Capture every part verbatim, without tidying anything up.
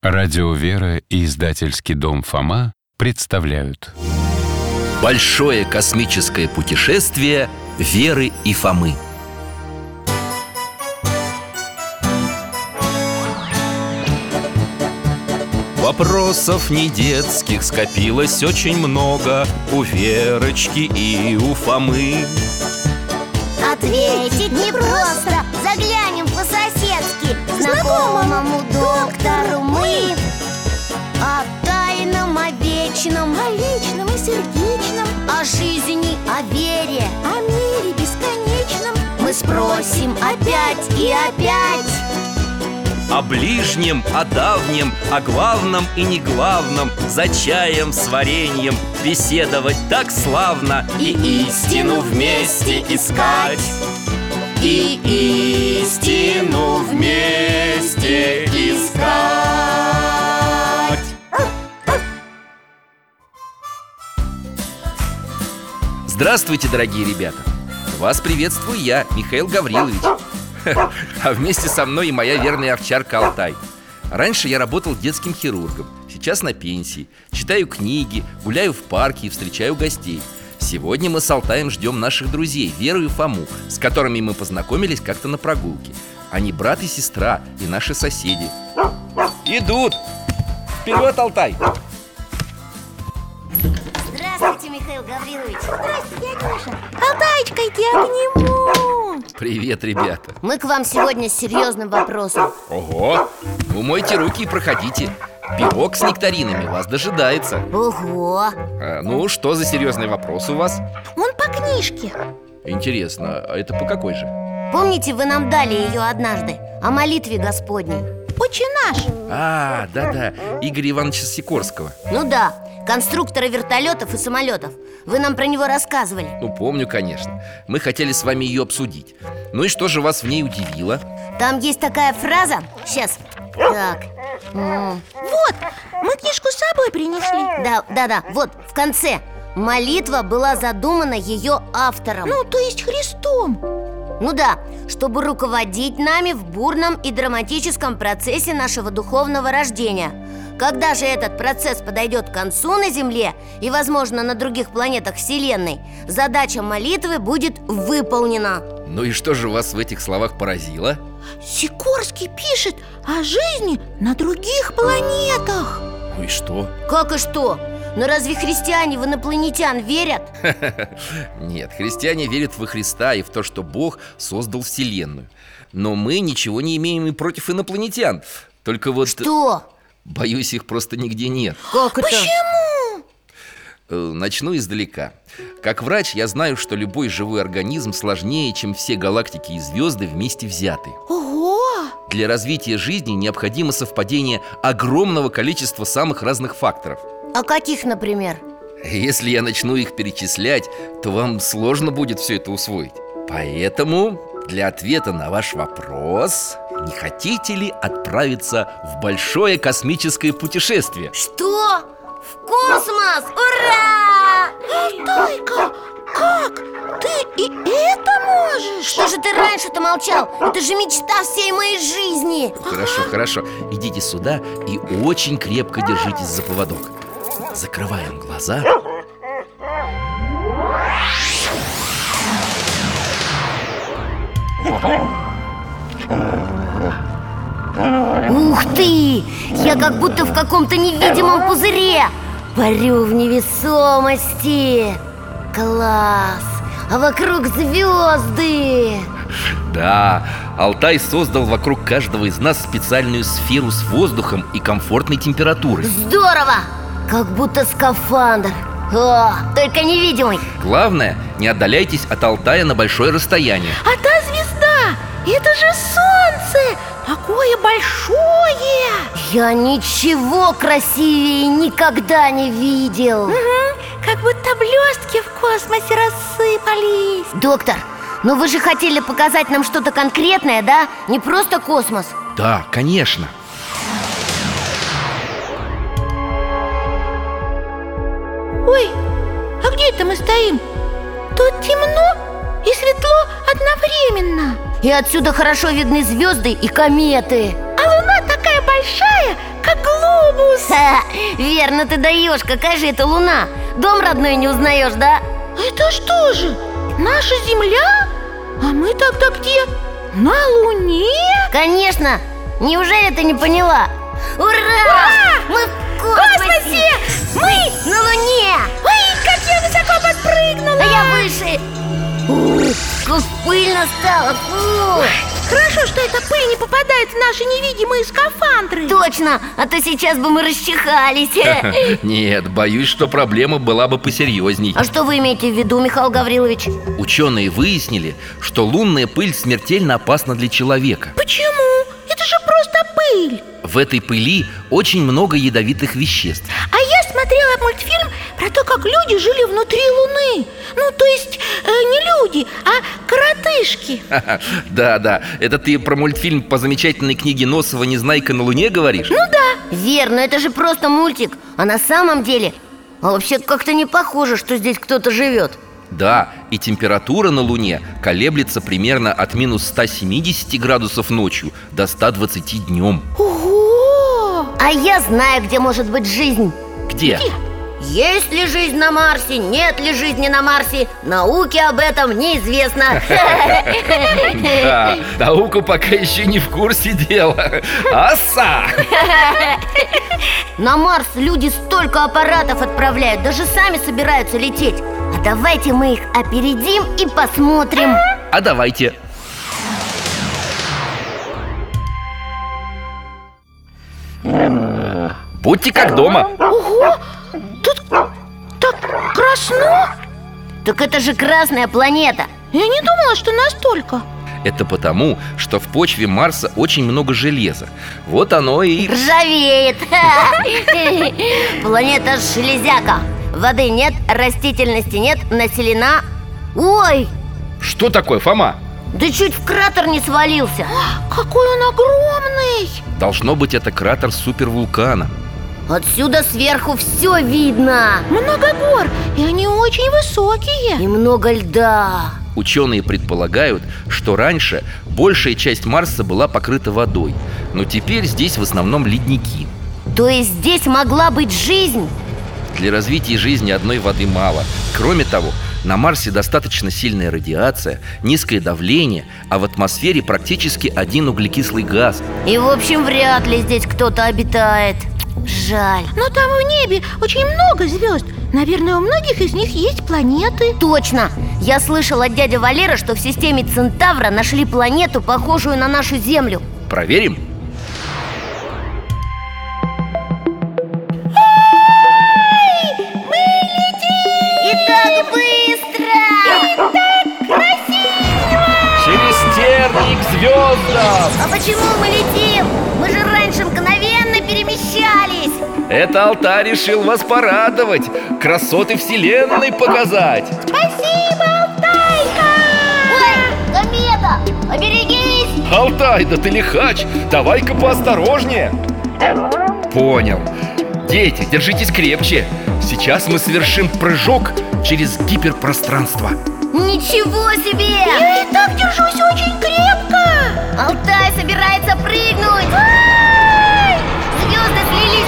Радио «Вера» и издательский дом «Фома» представляют Большое космическое путешествие Веры и Фомы. Вопросов не детских скопилось очень много у Верочки и у Фомы. Ответить непросто, заглянем по-соседски знакомому доктору мы. О тайном, о вечном, о личном и сердечном, о жизни, о вере, о мире бесконечном мы спросим опять и опять. О ближнем, о давнем, о главном и неглавном, за чаем с вареньем беседовать так славно. И истину вместе искать, и истину вместе искать. Здравствуйте, дорогие ребята! Вас приветствую я, Михаил Гаврилович. А вместе со мной и моя верная овчарка Алтай. Раньше я работал детским хирургом, сейчас на пенсии. Читаю книги, гуляю в парке и встречаю гостей. Сегодня мы с Алтаем ждем наших друзей Веру и Фому, с которыми мы познакомились как-то на прогулке. Они брат и сестра, и наши соседи. Идут! Вперед, Алтай! Здравствуйте, Михаил Гаврилович. Здравствуйте, дядя Миша. Алтаечка, иди обниму. Привет, ребята. Мы к вам сегодня с серьезным вопросом. Ого! Умойте руки и проходите. Пирог с нектаринами вас дожидается. Ого! а, Ну, что за серьезный вопрос у вас? Он по книжке. Интересно, а это по какой же? Помните, вы нам дали ее однажды? О молитве Господней. Отче наш. А, да-да, Игоря Ивановича Сикорского. Ну да, конструктора вертолетов и самолетов. Вы нам про него рассказывали. Ну, помню, конечно. Мы хотели с вами ее обсудить. Ну и что же вас в ней удивило? Там есть такая фраза. Сейчас. Так. М, Вот, мы книжку с собой принесли. Да, да, да, вот, в конце. Молитва была задумана ее автором. Ну, то есть Христом. Ну да, чтобы руководить нами в бурном и драматическом процессе нашего духовного рождения. Когда же этот процесс подойдет к концу на Земле и, возможно, на других планетах Вселенной, задача молитвы будет выполнена. Ну и что же вас в этих словах поразило? Сикорский пишет о жизни на других планетах. Ну и что? Как и что? Но разве христиане в инопланетян верят? Нет, христиане верят во Христа и в то, что Бог создал Вселенную. Но мы ничего не имеем и против инопланетян. Только вот... Что? Боюсь, их просто нигде нет. Как это? Почему? Э, Начну издалека. Как врач я знаю, что любой живой организм сложнее, чем все галактики и звезды вместе взятые. Ого! Для развития жизни необходимо совпадение огромного количества самых разных факторов. А каких, например? Если я начну их перечислять, то вам сложно будет все это усвоить. Поэтому для ответа на ваш вопрос, не хотите ли отправиться в большое космическое путешествие? Что? В космос? Ура! Алтайка, как? Ты и это можешь? Что же ты раньше-то молчал? Это же мечта всей моей жизни. Хорошо, хорошо. Идите сюда и очень крепко держитесь за поводок. Закрываем глаза. Ух ты! Я как будто в каком-то невидимом пузыре. Парю в невесомости. Класс! А вокруг звезды. Да, Алтай создал вокруг каждого из нас специальную сферу с воздухом и комфортной температурой. Здорово! Как будто скафандр. О, только невидимый. Главное, не отдаляйтесь от Алтая на большое расстояние. А та звезда, это же солнце! Такое большое! Я ничего красивее никогда не видел. Угу, как будто блестки в космосе рассыпались. Доктор, ну вы же хотели показать нам что-то конкретное, да? Не просто космос. Да, конечно. Ой, а где это мы стоим? Тут темно и светло одновременно. И отсюда хорошо видны звезды и кометы. А луна такая большая, как Верно ты даешь, какая же это Луна? Дом родной не узнаешь, да? Это что же, наша Земля? А мы тогда где? На Луне? Конечно! Неужели ты не поняла? Ура! Ура! Мы в космосе! Мы на Луне! Ой, как я высоко подпрыгнула! А я выше! Ух, как пыльно стало! Фу! Хорошо, что эта пыль не попадает в наши невидимые скафандры. Точно! А то сейчас бы мы расчихались. Нет, боюсь, что проблема была бы посерьезней. А что вы имеете в виду, Михаил Гаврилович? Ученые выяснили, что лунная пыль смертельно опасна для человека. Почему? Это же просто пыль. В этой пыли очень много ядовитых веществ. А я смотрела мультфильм про то, как люди жили внутри Луны. Ну, то есть э, не люди, а коротышки. Да-да, это ты про мультфильм по замечательной книге Носова «Незнайка на Луне» говоришь? Ну да. Верно, это же просто мультик. А на самом деле, а вообще как-то не похоже, что здесь кто-то живет. Да, и температура на Луне колеблется примерно от минус ста семидесяти градусов ночью до ста двадцати днем. Ого! А я знаю, где может быть жизнь. Где? Где? Есть ли жизнь на Марсе, нет ли жизни на Марсе, науке об этом неизвестно. Да, наука пока еще не в курсе дела. Оса! На Марс люди столько аппаратов отправляют, даже сами собираются лететь. А давайте мы их опередим и посмотрим. А давайте. Будьте как дома. Ого! Тут так красно. Так это же красная планета. Я не думала, что настолько. Это потому, что в почве Марса очень много железа. Вот оно и... Ржавеет. Планета железяка. Воды нет, растительности нет, населена... Ой, Что такое, Фома? да чуть в кратер не свалился. Какой он огромный! Должно быть, это кратер супервулкана. Отсюда сверху все видно. Много гор, и они очень высокие. И много льда. Ученые предполагают, что раньше большая часть Марса была покрыта водой, но теперь здесь в основном ледники. То есть здесь могла быть жизнь? Для развития жизни одной воды мало. Кроме того, на Марсе достаточно сильная радиация, низкое давление, а в атмосфере практически один углекислый газ. И в общем вряд ли здесь кто-то обитает. Жаль. Но там в небе очень много звезд. Наверное, у многих из них есть планеты. Точно! Я слышал от дяди Валеры, что в системе Центавра нашли планету, похожую на нашу Землю. Проверим? И так быстро! Через терник к звездам! А почему мы летим? Мы же раньше мгновенно перемещались. Это Алтай решил вас порадовать, красоты вселенной показать. Спасибо, Алтайка! Ой, комета! Оберегись! Алтай, да ты лихач, давай-ка поосторожнее. Понял. Дети, держитесь крепче. Сейчас мы совершим прыжок через гиперпространство. Ничего себе! Я и так держусь очень крепко. Алтай собирается прыгнуть! Ай! Звезды слились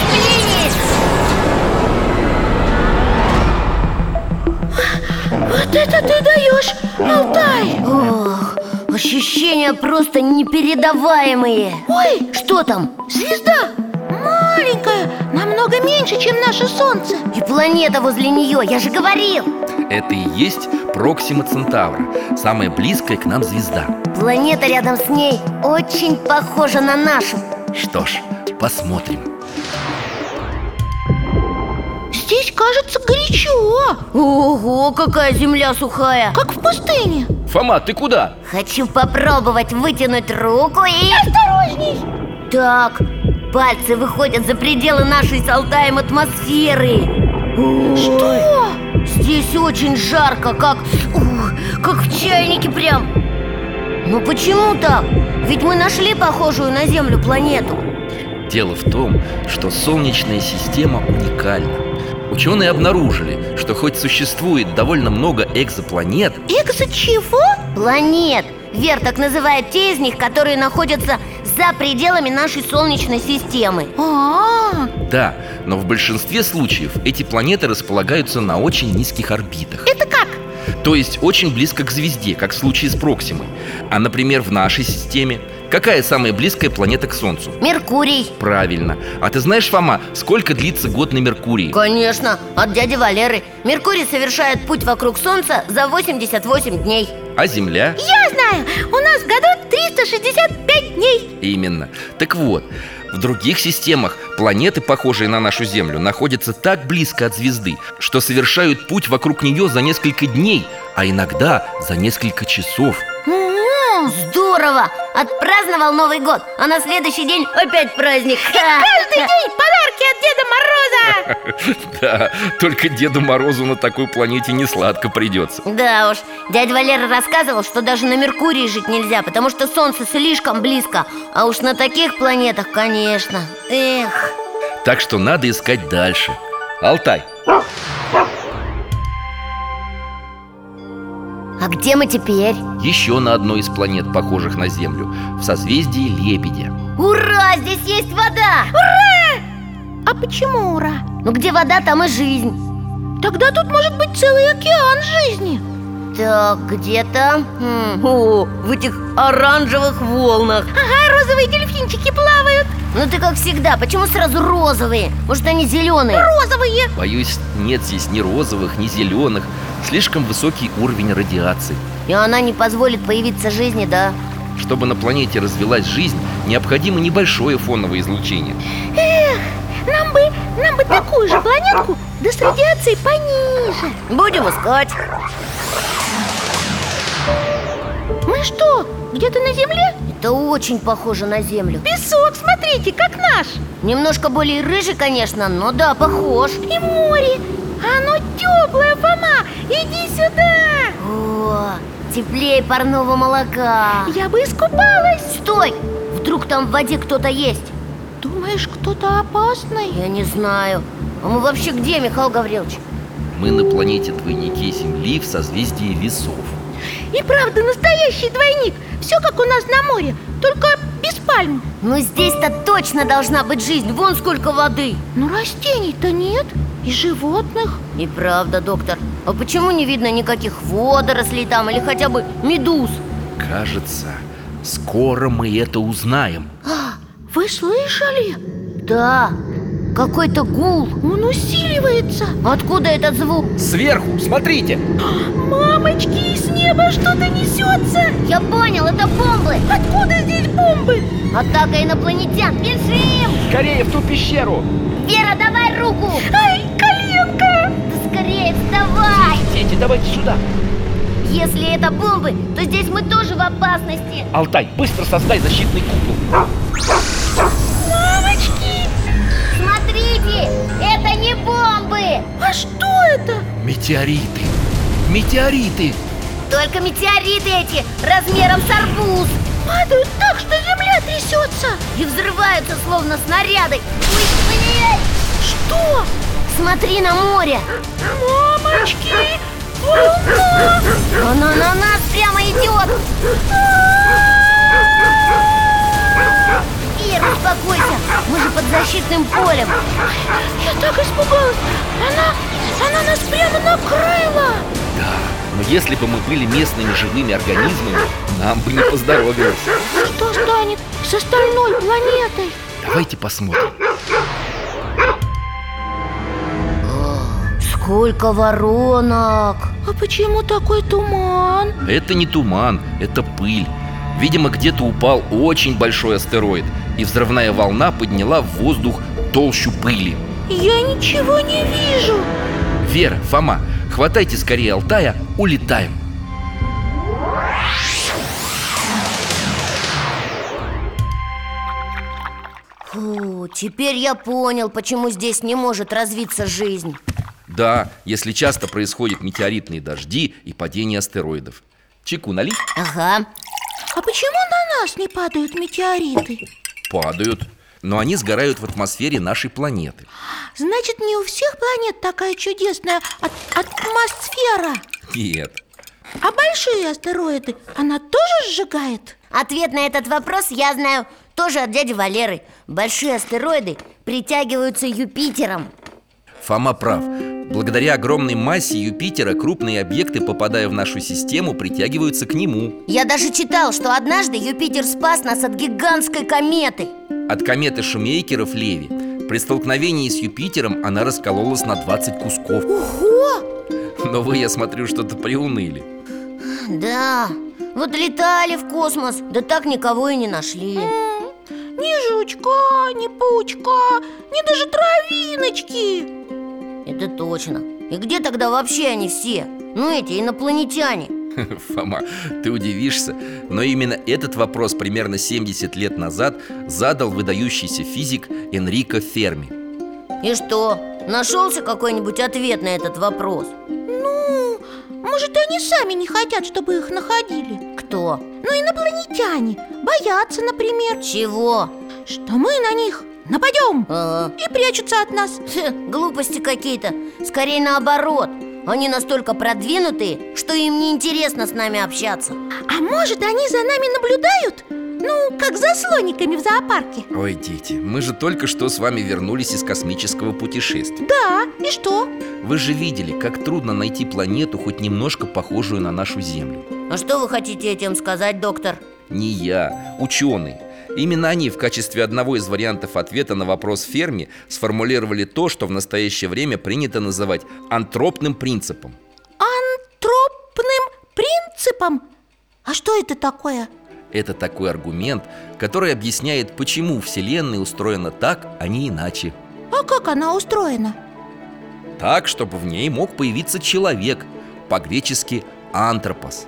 в линии! Вот это ты даешь, Алтай! Ох, ощущения просто непередаваемые. Ой, Что там? звезда! Маленькая, намного меньше, чем наше Солнце. И планета возле нее, я же говорил. Это и есть Проксима Центавра, самая близкая к нам звезда. Планета рядом с ней очень похожа на нашу. Что ж, посмотрим. Здесь, кажется, горячо. Ого, какая земля сухая. Как в пустыне. Фома, ты куда? Хочу попробовать вытянуть руку и... Осторожней! Так, пальцы выходят за пределы нашей с Алтаем атмосферы. Ой, Что? здесь очень жарко, как... ух, как в чайнике прям. Но почему так? Ведь мы нашли похожую на Землю планету. Дело в том, что Солнечная система уникальна. Ученые обнаружили, что хоть существует довольно много экзопланет, Экзо чего? Планет. Вер так называет те из них, которые находятся за пределами нашей Солнечной системы. А, Да, но в большинстве случаев эти планеты располагаются на очень низких орбитах. Это как? То есть очень близко к звезде, как в случае с Проксимой. А, например, в нашей системе какая самая близкая планета к Солнцу? Меркурий. Правильно. А ты знаешь, Фома, сколько длится год на Меркурии? Конечно, от дяди Валеры. Меркурий совершает путь вокруг Солнца за восемьдесят восемь дней. А Земля? Я знаю, у нас в году триста шестьдесят пять дней. Именно. Так вот, в других системах планеты, похожие на нашу Землю, находятся так близко от звезды, что совершают путь вокруг нее за несколько дней, а иногда за несколько часов. М, Здорово! Отпраздновал Новый год, а на следующий день опять праздник. Каждый день подарки от Деда Мороза. Да, только Деду Морозу на такой планете не сладко придется. Да уж, дядя Валера рассказывал, что даже на Меркурии жить нельзя, потому что Солнце слишком близко. А уж на таких планетах, конечно. Эх. Так что надо искать дальше. Алтай. А где мы теперь? Еще на одной из планет, похожих на Землю, в созвездии Лебедя. Ура, здесь есть вода! А почему ура? Ну где вода, там и жизнь. Тогда тут может быть целый океан жизни. Так, где-то Хм, О, в этих оранжевых волнах. Ага, розовые дельфинчики плавают. Ну ты как всегда, почему сразу розовые? Может они зеленые? Розовые. Боюсь, нет здесь ни розовых, ни зеленых. Слишком высокий уровень радиации. И она не позволит появиться жизни, да? Чтобы на планете развилась жизнь, необходимо небольшое фоновое излучение. Эх, нам бы, нам бы такую же планетку, да с радиацией пониже. Будем искать. Мы что, где-то на Земле? Это очень похоже на Землю. Песок, смотрите, как наш. Немножко более рыжий, конечно, но да, похож. И море. Оно теплое, Фома. Иди сюда. О, теплее парного молока. Я бы искупалась. Стой! Вдруг там в воде кто-то есть? Думаешь, кто-то опасный? Я не знаю. А мы вообще где, Михаил Гаврилович? Мы на планете-двойнике Земли в созвездии Весов. И правда, настоящий двойник. Все как у нас на море, только без пальм. Ну здесь-то точно должна быть жизнь. Вон сколько воды. Но растений-то нет. И животных. И правда, доктор. А почему не видно никаких водорослей там или хотя бы медуз? Кажется, скоро мы это узнаем. Вы слышали? Да, какой-то гул. Он усиливается. Откуда этот звук? Сверху, смотрите! Мамочки, с неба что-то несется. Я понял, это бомбы. Откуда здесь бомбы? Атака инопланетян, бежим! Скорее в ту пещеру! Вера, давай руку! Ай, коленка! Да скорее вставай! Дети, давайте сюда! Если это бомбы, то здесь мы тоже в опасности. Алтай, быстро создай защитный купол! Мамочки! Смотрите, это не бомбы! А что это? Метеориты! Метеориты! Только метеориты эти, размером с арбуз. Падают так, что земля трясется. И взрываются, словно снаряды. Ой, блин! Что? Смотри на море. Мамочки! Волна! Она на нас прямо идет. Ира, успокойся, мы же под защитным полем. Я так испугалась. Она, она нас прямо накрыла. Да, но если бы мы были местными живыми организмами, нам бы не поздоровилось. Что станет с остальной планетой? Давайте посмотрим. Сколько воронок. А почему такой туман? Это не туман, это пыль. Видимо, где-то упал очень большой астероид, и взрывная волна подняла в воздух толщу пыли. Я ничего не вижу. Вера, Фома, хватайте скорее Алтая, улетаем. Фу, теперь я понял, почему здесь не может развиться жизнь. Да, если часто происходят метеоритные дожди и падение астероидов. Чайку налить? Ага. А почему на нас не падают метеориты? Падают, но они сгорают в атмосфере нашей планеты. Значит, не у всех планет такая чудесная от- атмосфера. Нет. А большие астероиды она тоже сжигает? Ответ на этот вопрос я знаю тоже от дяди Валеры. Большие астероиды притягиваются Юпитером. Фома прав. Благодаря огромной массе Юпитера крупные объекты, попадая в нашу систему, притягиваются к нему. Я даже читал, что однажды Юпитер спас нас от гигантской кометы. От кометы Шумейкеров-Леви. При столкновении с Юпитером она раскололась на двадцать кусков. Ого! Но вы, я смотрю, что-то приуныли. Да, вот летали в космос, да так никого и не нашли. Ни жучка, ни паучка, ни даже травиночки. Это точно. И где тогда вообще они все? Ну, эти инопланетяне. Фома, ты удивишься, но именно этот вопрос примерно семьдесят лет назад задал выдающийся физик Энрико Ферми. И что, нашелся какой-нибудь ответ на этот вопрос? Ну, может, они сами не хотят, чтобы их находили. Кто? Ну, инопланетяне. Боятся, например, Чего? что мы на них нападем Ага. и прячутся от нас. Хе, глупости какие-то. Скорее наоборот. Они настолько продвинутые, что им неинтересно с нами общаться. А может, они за нами наблюдают? Ну, как за слониками в зоопарке. Ой, дети, мы же только что с вами вернулись из космического путешествия. Да, и что? Вы же видели, как трудно найти планету, хоть немножко похожую на нашу Землю. А что вы хотите этим сказать, доктор? Не я, ученые. Именно они в качестве одного из вариантов ответа на вопрос Ферми сформулировали то, что в настоящее время принято называть антропным принципом. Антропным принципом? А что это такое? Это такой аргумент, который объясняет, почему Вселенная устроена так, а не иначе. А как она устроена? Так, чтобы в ней мог появиться человек, по-гречески антропос.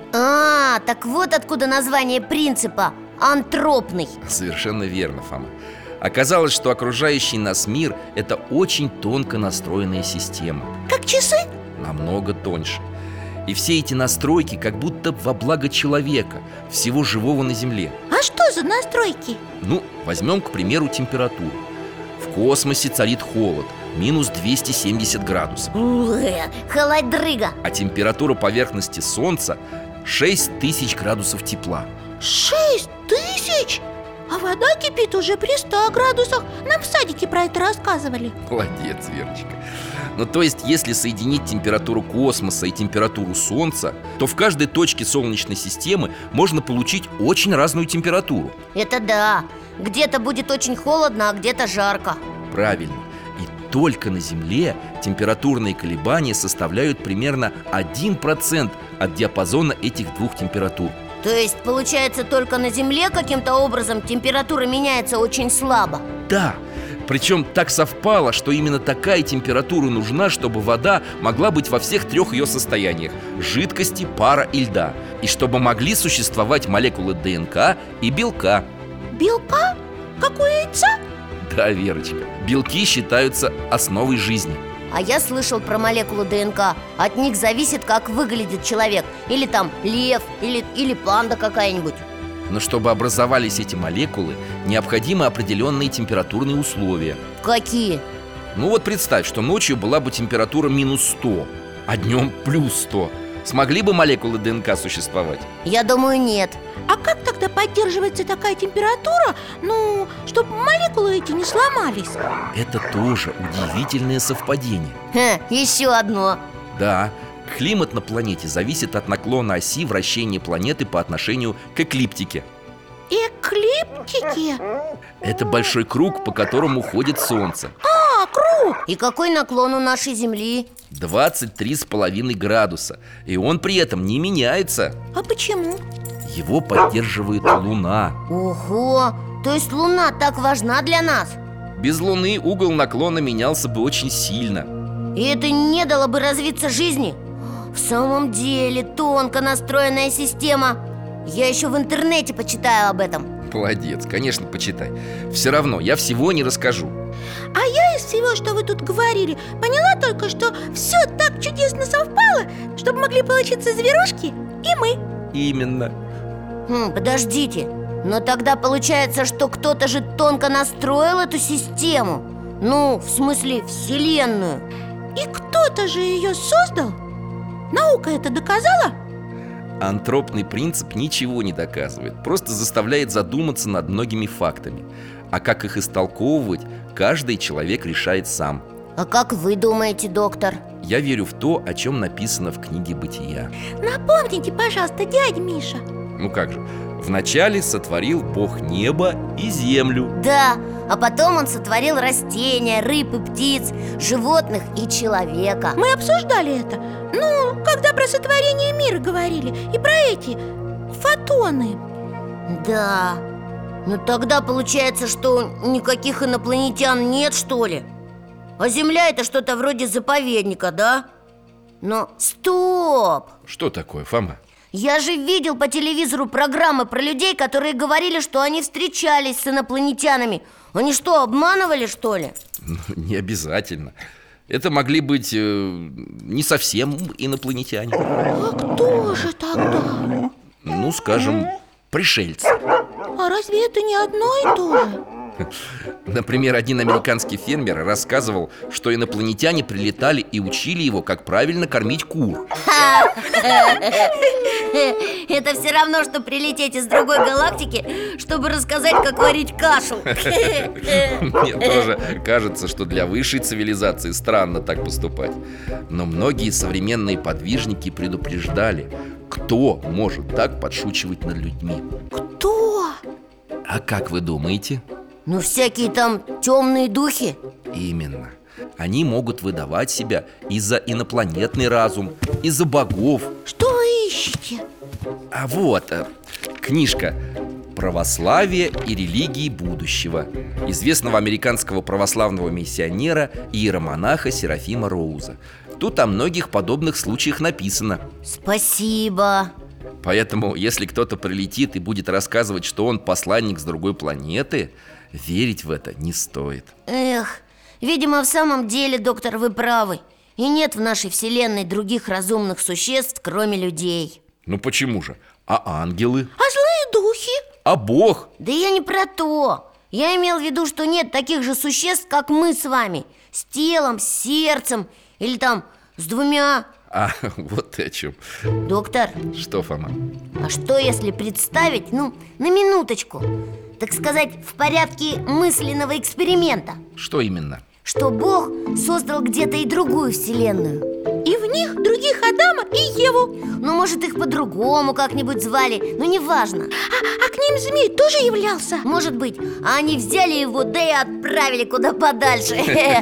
А, так вот откуда название принципа – антропный. Совершенно верно, Фома. Оказалось, что окружающий нас мир – это очень тонко настроенная система. Как часы? Намного тоньше. И все эти настройки как будто во благо человека, всего живого на Земле. А что за настройки? Ну, возьмем, к примеру, температуру. В космосе царит холод, минус двести семьдесят градусов. Уэ, холодрыга. А температура поверхности Солнца – шесть тысяч градусов тепла. Шесть тысяч? А вода кипит уже при ста градусах. Нам в садике про это рассказывали. Молодец, Верочка. Ну, то есть, если соединить температуру космоса и температуру Солнца, то в каждой точке Солнечной системы можно получить очень разную температуру. Это да. Где-то будет очень холодно, а где-то жарко. Правильно. И только на Земле температурные колебания составляют примерно один процент от диапазона этих двух температур. То есть, получается, только на Земле каким-то образом температура меняется очень слабо. Да, причем так совпало, что именно такая температура нужна, чтобы вода могла быть во всех трех ее состояниях – жидкости, пара и льда. И чтобы могли существовать молекулы ДНК и белка. Белка? Как у яйца? Да, Верочка, белки считаются основой жизни. А я слышал про молекулу ДНК. От них зависит, как выглядит человек. Или там лев, или, или панда какая-нибудь. Но чтобы образовались эти молекулы, необходимы определенные температурные условия. Какие? Ну вот представь, что ночью была бы температура минус сто, а днем плюс сто. Смогли бы молекулы ДНК существовать? Я думаю, нет. А как тогда поддерживается такая температура, ну, чтобы молекулы эти не сломались? Это тоже удивительное совпадение. Хе, еще одно. Да, климат на планете зависит от наклона оси вращения планеты по отношению к эклиптике. Эклиптики? Это большой круг, по которому ходит Солнце. А, круг! И какой наклон у нашей Земли? двадцать три с половиной градуса. И он при этом не меняется. А почему? Его поддерживает Луна. Ого, то есть Луна так важна для нас? Без Луны угол наклона менялся бы очень сильно. И это не дало бы развиться жизни? В самом деле, тонко настроенная система. Я еще в интернете почитаю об этом. Молодец, конечно, почитай. Все равно я всего не расскажу. А я из всего, что вы тут говорили, поняла только, что все так чудесно совпало, чтобы могли получиться зверушки и мы. Именно. Хм, подождите, но тогда получается, что кто-то же тонко настроил эту систему. Ну, в смысле, Вселенную. И кто-то же ее создал? Наука это доказала? Антропный принцип ничего не доказывает, просто заставляет задуматься над многими фактами. А как их истолковывать, каждый человек решает сам. А как вы думаете, доктор? Я верю в то, о чем написано в книге «Бытия». Напомните, пожалуйста, дядя Миша. Ну как же, вначале сотворил Бог небо и землю. Да, а потом он сотворил растения, рыб и птиц, животных и человека. Мы обсуждали это. Ну, когда про сотворение мира говорили. И про эти фотоны. Да, ну тогда получается, что никаких инопланетян нет, что ли? А Земля это что-то вроде заповедника, да? Но стоп! Что такое, Фома? Я же видел по телевизору программы про людей, которые говорили, что они встречались с инопланетянами. Они что, обманывали, что ли? Ну, не обязательно. Это могли быть э, не совсем инопланетяне. А кто же тогда? Ну, скажем, пришельцы. А разве это не одно и то же? Например, один американский фермер рассказывал, что инопланетяне прилетали и учили его, как правильно кормить кур. Это все равно, что прилететь из другой галактики, чтобы рассказать, как варить кашу. Мне тоже кажется, что для высшей цивилизации странно так поступать. Но многие современные подвижники предупреждали, кто может так подшучивать над людьми. Кто? А как вы думаете? Ну, всякие там темные духи. Именно. Они могут выдавать себя и за инопланетный разум, и за богов. Что вы ищете? А вот э, книжка «Православие и религии будущего» известного американского православного миссионера и иеромонаха Серафима Роуза. Тут о многих подобных случаях написано. Спасибо. Поэтому, если кто-то прилетит и будет рассказывать, что он посланник с другой планеты, верить в это не стоит. Эх, видимо, в самом деле, доктор, вы правы. И нет в нашей вселенной других разумных существ, кроме людей. Ну почему же? А ангелы? А злые духи? А Бог? Да я не про то. Я имел в виду, что нет таких же существ, как мы с вами. С телом, с сердцем или там с двумя. А, вот ты о чем. Доктор, Что, Фома? а что если представить, ну, на минуточку, так сказать, в порядке мысленного эксперимента, Что именно? что Бог создал где-то и другую вселенную? И в них других Адама и Еву. Ну, может, их по-другому как-нибудь звали, но неважно. А, а к ним змей тоже являлся? Может быть, а они взяли его, да и отправили куда подальше.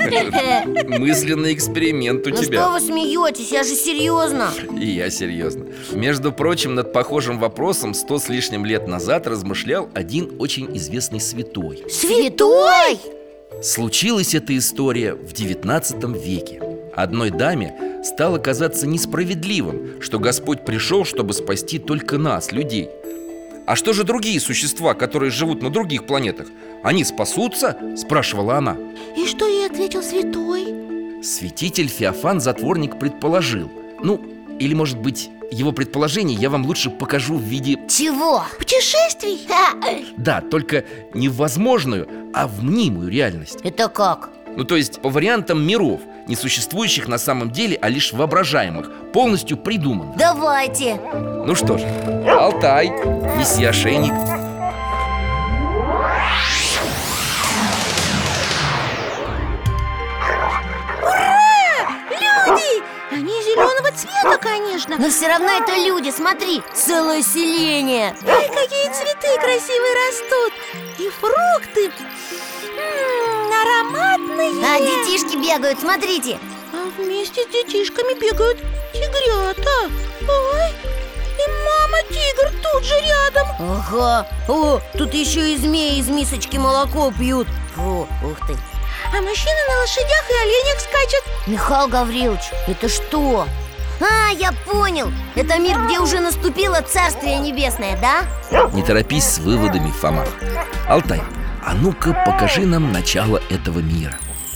Мысленный эксперимент у Ну что тебя. вы смеетесь, я же серьезно. И я серьезно. Между прочим, над похожим вопросом сто с лишним лет назад размышлял один очень известный святой. Святой? Случилась эта история в девятнадцатом веке. Одной даме стало казаться несправедливым, что Господь пришел, чтобы спасти только нас, людей. А что же другие существа, которые живут на других планетах? Они спасутся? Спрашивала она. И что ей ответил святой? Святитель Феофан Затворник предположил. Ну, или, может быть, его предположение я вам лучше покажу в виде... Чего? Путешествий? Да, только не в возможную, а в мнимую реальность. Это как? Ну, то есть по вариантам миров, не существующих на самом деле, а лишь воображаемых, полностью придуманных. Давайте. Ну что ж, Алтай, неси ошейник. Люди! Они зеленого цвета, конечно. Но все равно это люди, смотри, целое селение. Ой, какие цветы красивые растут. И фрукты. М-м, ароматные. А детишки бегают, смотрите. А вместе с детишками бегают тигрята. Ой, и мама-тигр тут же рядом. Ага, о, тут еще и змеи из мисочки молоко пьют. Фу, ух ты. А мужчины на лошадях и оленях скачут. Михаил Гаврилович, это что? А, я понял. Это мир, где уже наступило Царствие Небесное, да? Не торопись с выводами, Фома. Алтай, а ну-ка покажи нам начало этого мира.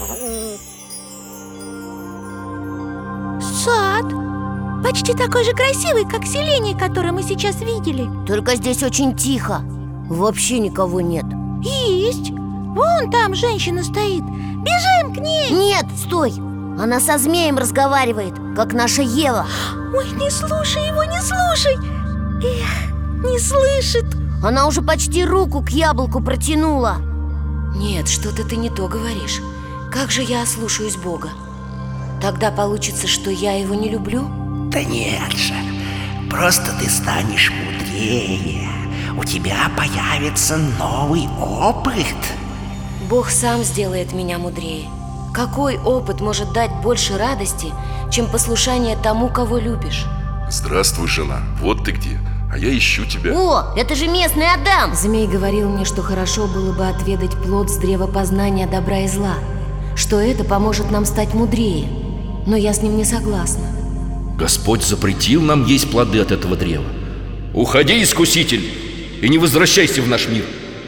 Сад. Почти такой же красивый, как селение, которое мы сейчас видели. Только здесь очень тихо. Вообще никого нет. Есть. Вон там женщина стоит. Бежим к ней. Нет, стой. Она со змеем разговаривает, как наша Ева. Ой, не слушай его, не слушай. Эх, не слышит. Она уже почти руку к яблоку протянула. Нет, что-то ты не то говоришь. Как же я ослушаюсь Бога? Тогда получится, что я его не люблю? Да нет же, просто ты станешь мудрее. У тебя появится новый опыт. Бог сам сделает меня мудрее. Какой опыт может дать больше радости, чем послушание тому, кого любишь? Здравствуй, жена, вот ты где. А я ищу тебя. О, это же местный Адам! Змей говорил мне, что хорошо было бы отведать плод с древа познания добра и зла, что это поможет нам стать мудрее. Но я с ним не согласна. Господь запретил нам есть плоды от этого древа. Уходи, искуситель, и не возвращайся в наш мир.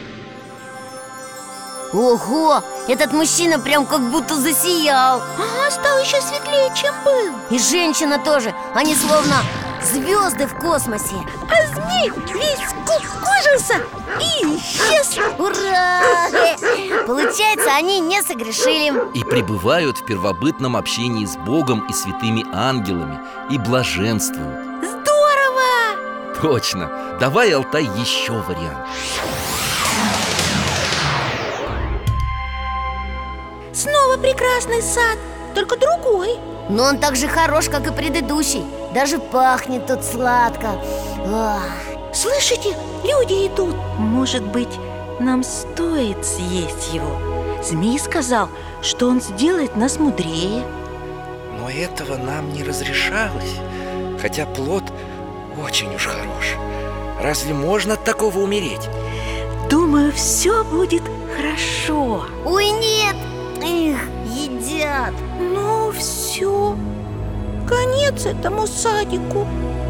Ого, этот мужчина прям как будто засиял. Ага, стал еще светлее, чем был. И женщина тоже, они словно звезды в космосе. А змей весь скукожился и исчез. Ура! Получается, они не согрешили. И пребывают в первобытном общении с Богом и святыми ангелами, и блаженствуют. Здорово! Точно. Давай, Алтай, еще вариант. Снова прекрасный сад, только другой. Но он так же хорош, как и предыдущий. Даже пахнет тут сладко. Ах. Слышите, люди идут. Может быть, нам стоит съесть его? Змей сказал, что он сделает нас мудрее. Но этого нам не разрешалось. Хотя плод очень уж хорош. Разве можно от такого умереть? Думаю, все будет хорошо. Ой, нет! Их, едят. Ну все, конец этому садику.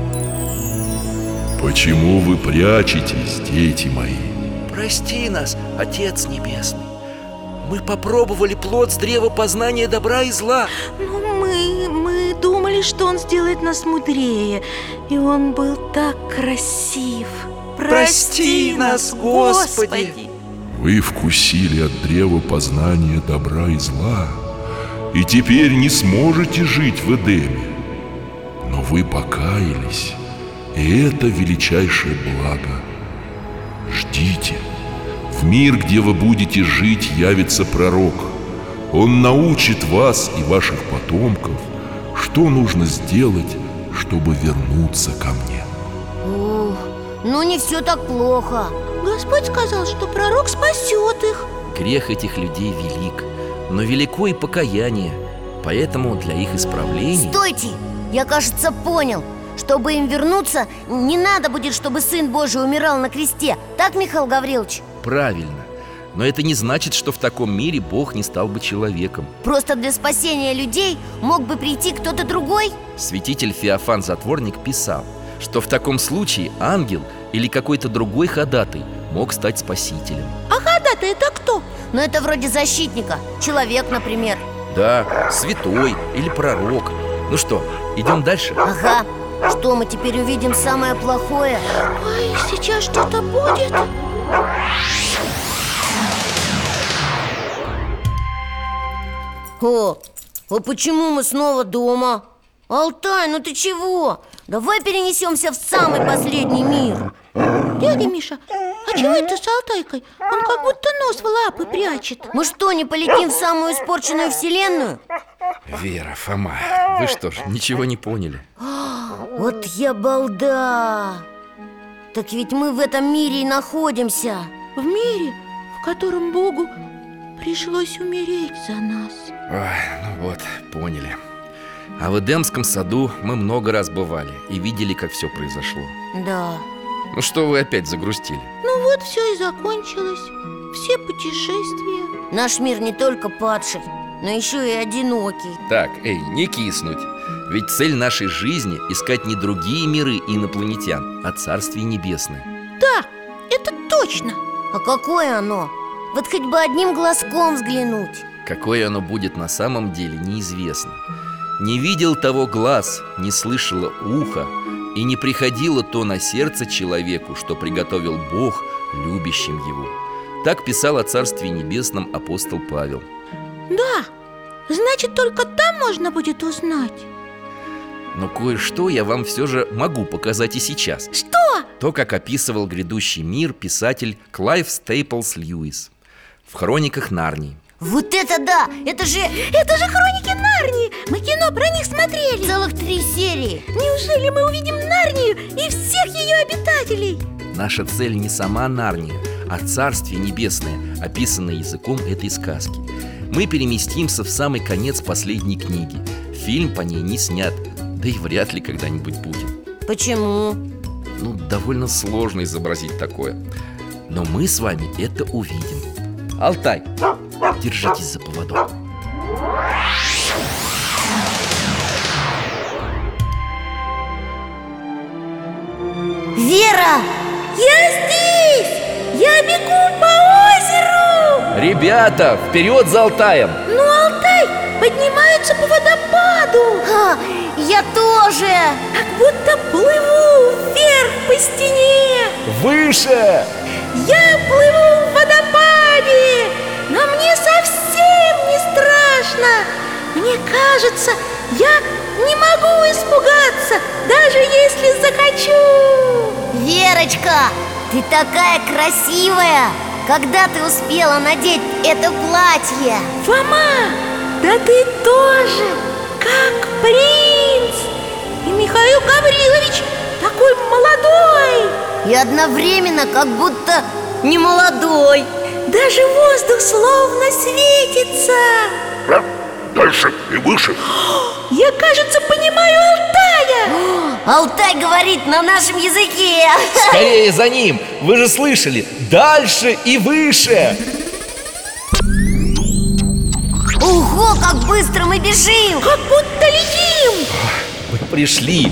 Почему вы прячетесь, дети мои? Прости нас, Отец Небесный. Мы попробовали плод с древа познания добра и зла. Ну, мы, мы думали, что он сделает нас мудрее. И он был так красив. Прости нас, Господи. Вы вкусили от древа познания добра и зла, и теперь не сможете жить в Эдеме. Но вы покаялись, и это величайшее благо. Ждите. В мир, где вы будете жить, явится пророк. Он научит вас и ваших потомков, что нужно сделать, чтобы вернуться ко мне. Ух, ну не все так плохо. Господь сказал, что пророк спасет их. Грех этих людей велик, но велико и покаяние. Поэтому для их исправления... Стойте! Я, кажется, понял. Чтобы им вернуться, не надо будет, чтобы Сын Божий умирал на кресте. Так, Михаил Гаврилович? Правильно. Но это не значит, что в таком мире Бог не стал бы человеком. Просто для спасения людей мог бы прийти кто-то другой? Святитель Феофан Затворник писал, что в таком случае ангел или какой-то другой ходатай мог стать спасителем. А ходатай это кто? Ну это вроде защитника. Человек, например. Да, святой или пророк. Ну что, идем дальше? Ага. Что мы теперь увидим самое плохое? Ой, сейчас что-то будет. О, а почему мы снова дома? Алтай, ну ты чего? Давай перенесемся в самый последний мир. Дядя Миша, а чего это с Алтайкой? Он как будто нос в лапы прячет. Мы что, не полетим в самую испорченную вселенную? Вера, Фома, вы что ж, ничего не поняли? Вот я балда. Так ведь мы в этом мире и находимся. В мире, в котором Богу пришлось умереть за нас. Ой, ну вот, поняли. А в Эдемском саду мы много раз бывали и видели, как все произошло. Да. Ну что вы опять загрустили? Ну вот все и закончилось. Все путешествия. Наш мир не только падший, но еще и одинокий. Так, эй, не киснуть. Ведь цель нашей жизни – искать не другие миры и инопланетян, а Царствие Небесное. Да, это точно. А какое оно? Вот хоть бы одним глазком взглянуть. Какое оно будет на самом деле, неизвестно. Не видел того глаз, не слышало ухо, и не приходило то на сердце человеку, что приготовил Бог любящим его. Так писал о Царстве Небесном апостол Павел. Да, значит, только там можно будет узнать. Но кое-что я вам все же могу показать и сейчас. Что? То, как описывал грядущий мир писатель Клайв Стейплс Льюис. в хрониках Нарнии. Вот это да! Это же Это же хроники Нарнии! Мы кино про них смотрели. целых три серии. Неужели мы увидим Нарнию и всех ее обитателей? Наша цель не сама Нарния, а Царствие Небесное, описанное языком этой сказки. Мы переместимся в самый конец последней книги. Фильм по ней не снят, да и вряд ли когда-нибудь будет. Почему? Ну, довольно сложно изобразить такое. Но мы с вами это увидим. Алтай, держитесь за поводок. Вера! Я здесь! Я бегу по озеру! Ребята, вперед за Алтаем! Ну, Алтай поднимается по водопаду. Ха, я тоже! Как будто плыву вверх по стене. Выше! Я плыву в водопаде, но мне совсем не страшно. Мне кажется, я не могу испугаться, даже если захочу. Верочка, ты такая красивая! Когда ты успела надеть это платье? Фома, да ты тоже, как принц. И Михаил Гаврилович такой молодой. И одновременно как будто не молодой. Даже воздух словно светится. Дальше и выше. Я, кажется, понимаю Алтая. Алтай говорит на нашем языке. Скорее за ним! Вы же слышали! Дальше и выше! Ого, как быстро мы бежим! Как будто летим. Мы пришли!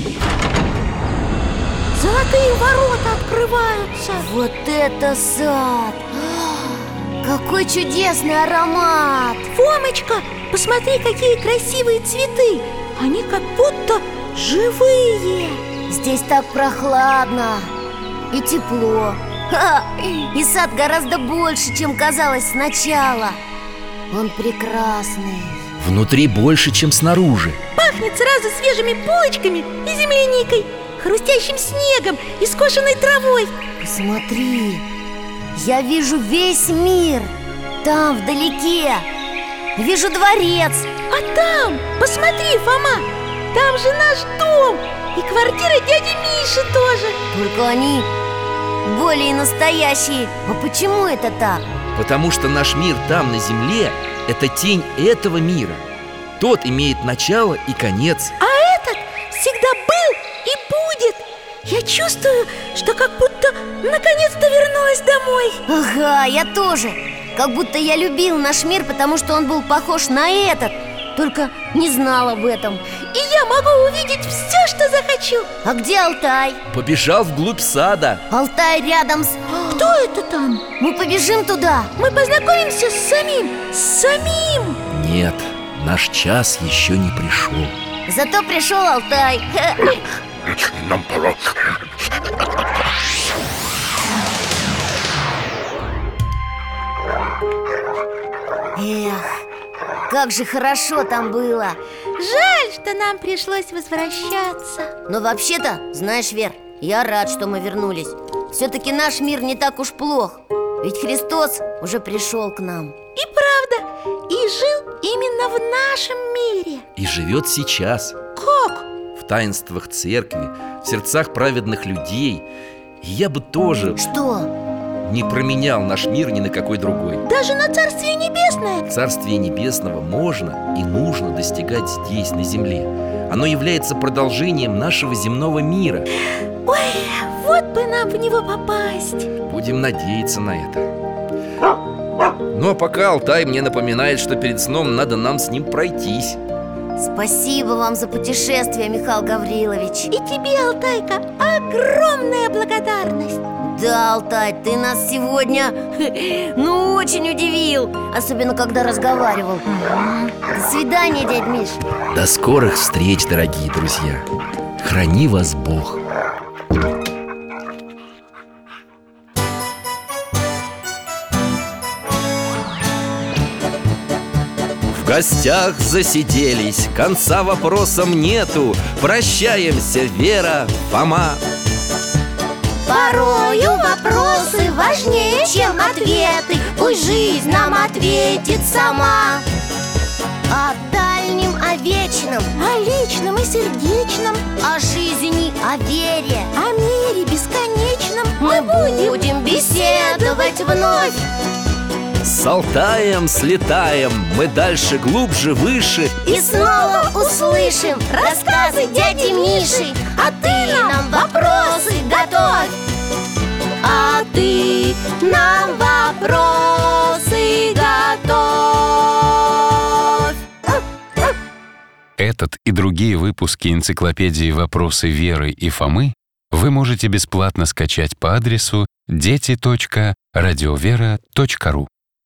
Золотые ворота открываются. Вот это сад! Какой чудесный аромат! Фомочка, посмотри, какие красивые цветы. Они как будто живые. Здесь так прохладно и тепло. Ха! И сад гораздо больше, чем казалось сначала. Он прекрасный. Внутри больше, чем снаружи. Пахнет сразу свежими булочками и земляникой, хрустящим снегом и скошенной травой. Посмотри, я вижу весь мир. Там, вдалеке, вижу дворец. А там, посмотри, Фома, там же наш дом и квартира дяди Миши тоже. Только они более настоящие. А почему это так? Потому что наш мир там, на земле, это тень этого мира. Тот имеет начало и конец. А этот всегда был и будет. Я чувствую, что как будто наконец-то вернулась домой. Ага, я тоже. Как будто я любил наш мир, потому что он был похож на этот. Только не знал об этом. И я могу увидеть все, что захочу. А где Алтай? Побежал вглубь сада. Алтай рядом с... Кто это там? Мы побежим туда. Мы познакомимся с самим, с самим. Нет, наш час еще не пришел. Зато пришел Алтай. Нам пора. Эх, как же хорошо там было. Жаль, что нам пришлось возвращаться. Но вообще-то, знаешь, Вер, я рад, что мы вернулись. Все-таки наш мир не так уж плох. Ведь Христос уже пришел к нам. И правда, и жил именно в нашем мире. И живет сейчас. Как? В таинствах церкви, в сердцах праведных людей. И я бы тоже Что? не променял наш мир ни на какой другой. Даже на Царствие Небесное. Царствие Небесного можно и нужно достигать здесь, на земле. Оно является продолжением нашего земного мира. Ой, вот бы нам в него попасть. Будем надеяться на это. Ну а пока Алтай мне напоминает, что перед сном надо нам с ним пройтись. Спасибо вам за путешествие, Михаил Гаврилович. И тебе, Алтайка, огромная благодарность. Да, Алтай, ты нас сегодня, ну, очень удивил. Особенно, когда разговаривал. До свидания, дядь Миш. До скорых встреч, дорогие друзья. Храни вас Бог. В гостях засиделись, конца вопросам нету. Прощаемся, Вера, Фома. Порою вопросы важнее, чем ответы. Пусть жизнь нам ответит сама. О дальнем, о вечном, О личном и сердечном, о жизни, о вере о мире бесконечном мы будем беседовать вновь. С Алтаем слетаем, мы дальше, глубже, выше. И снова услышим рассказы дяди Миши. А ты нам вопросы готовь. А ты нам вопросы готовь. Этот и другие выпуски энциклопедии «Вопросы Веры и Фомы» вы можете бесплатно скачать по адресу дети точка радиовера точка ру.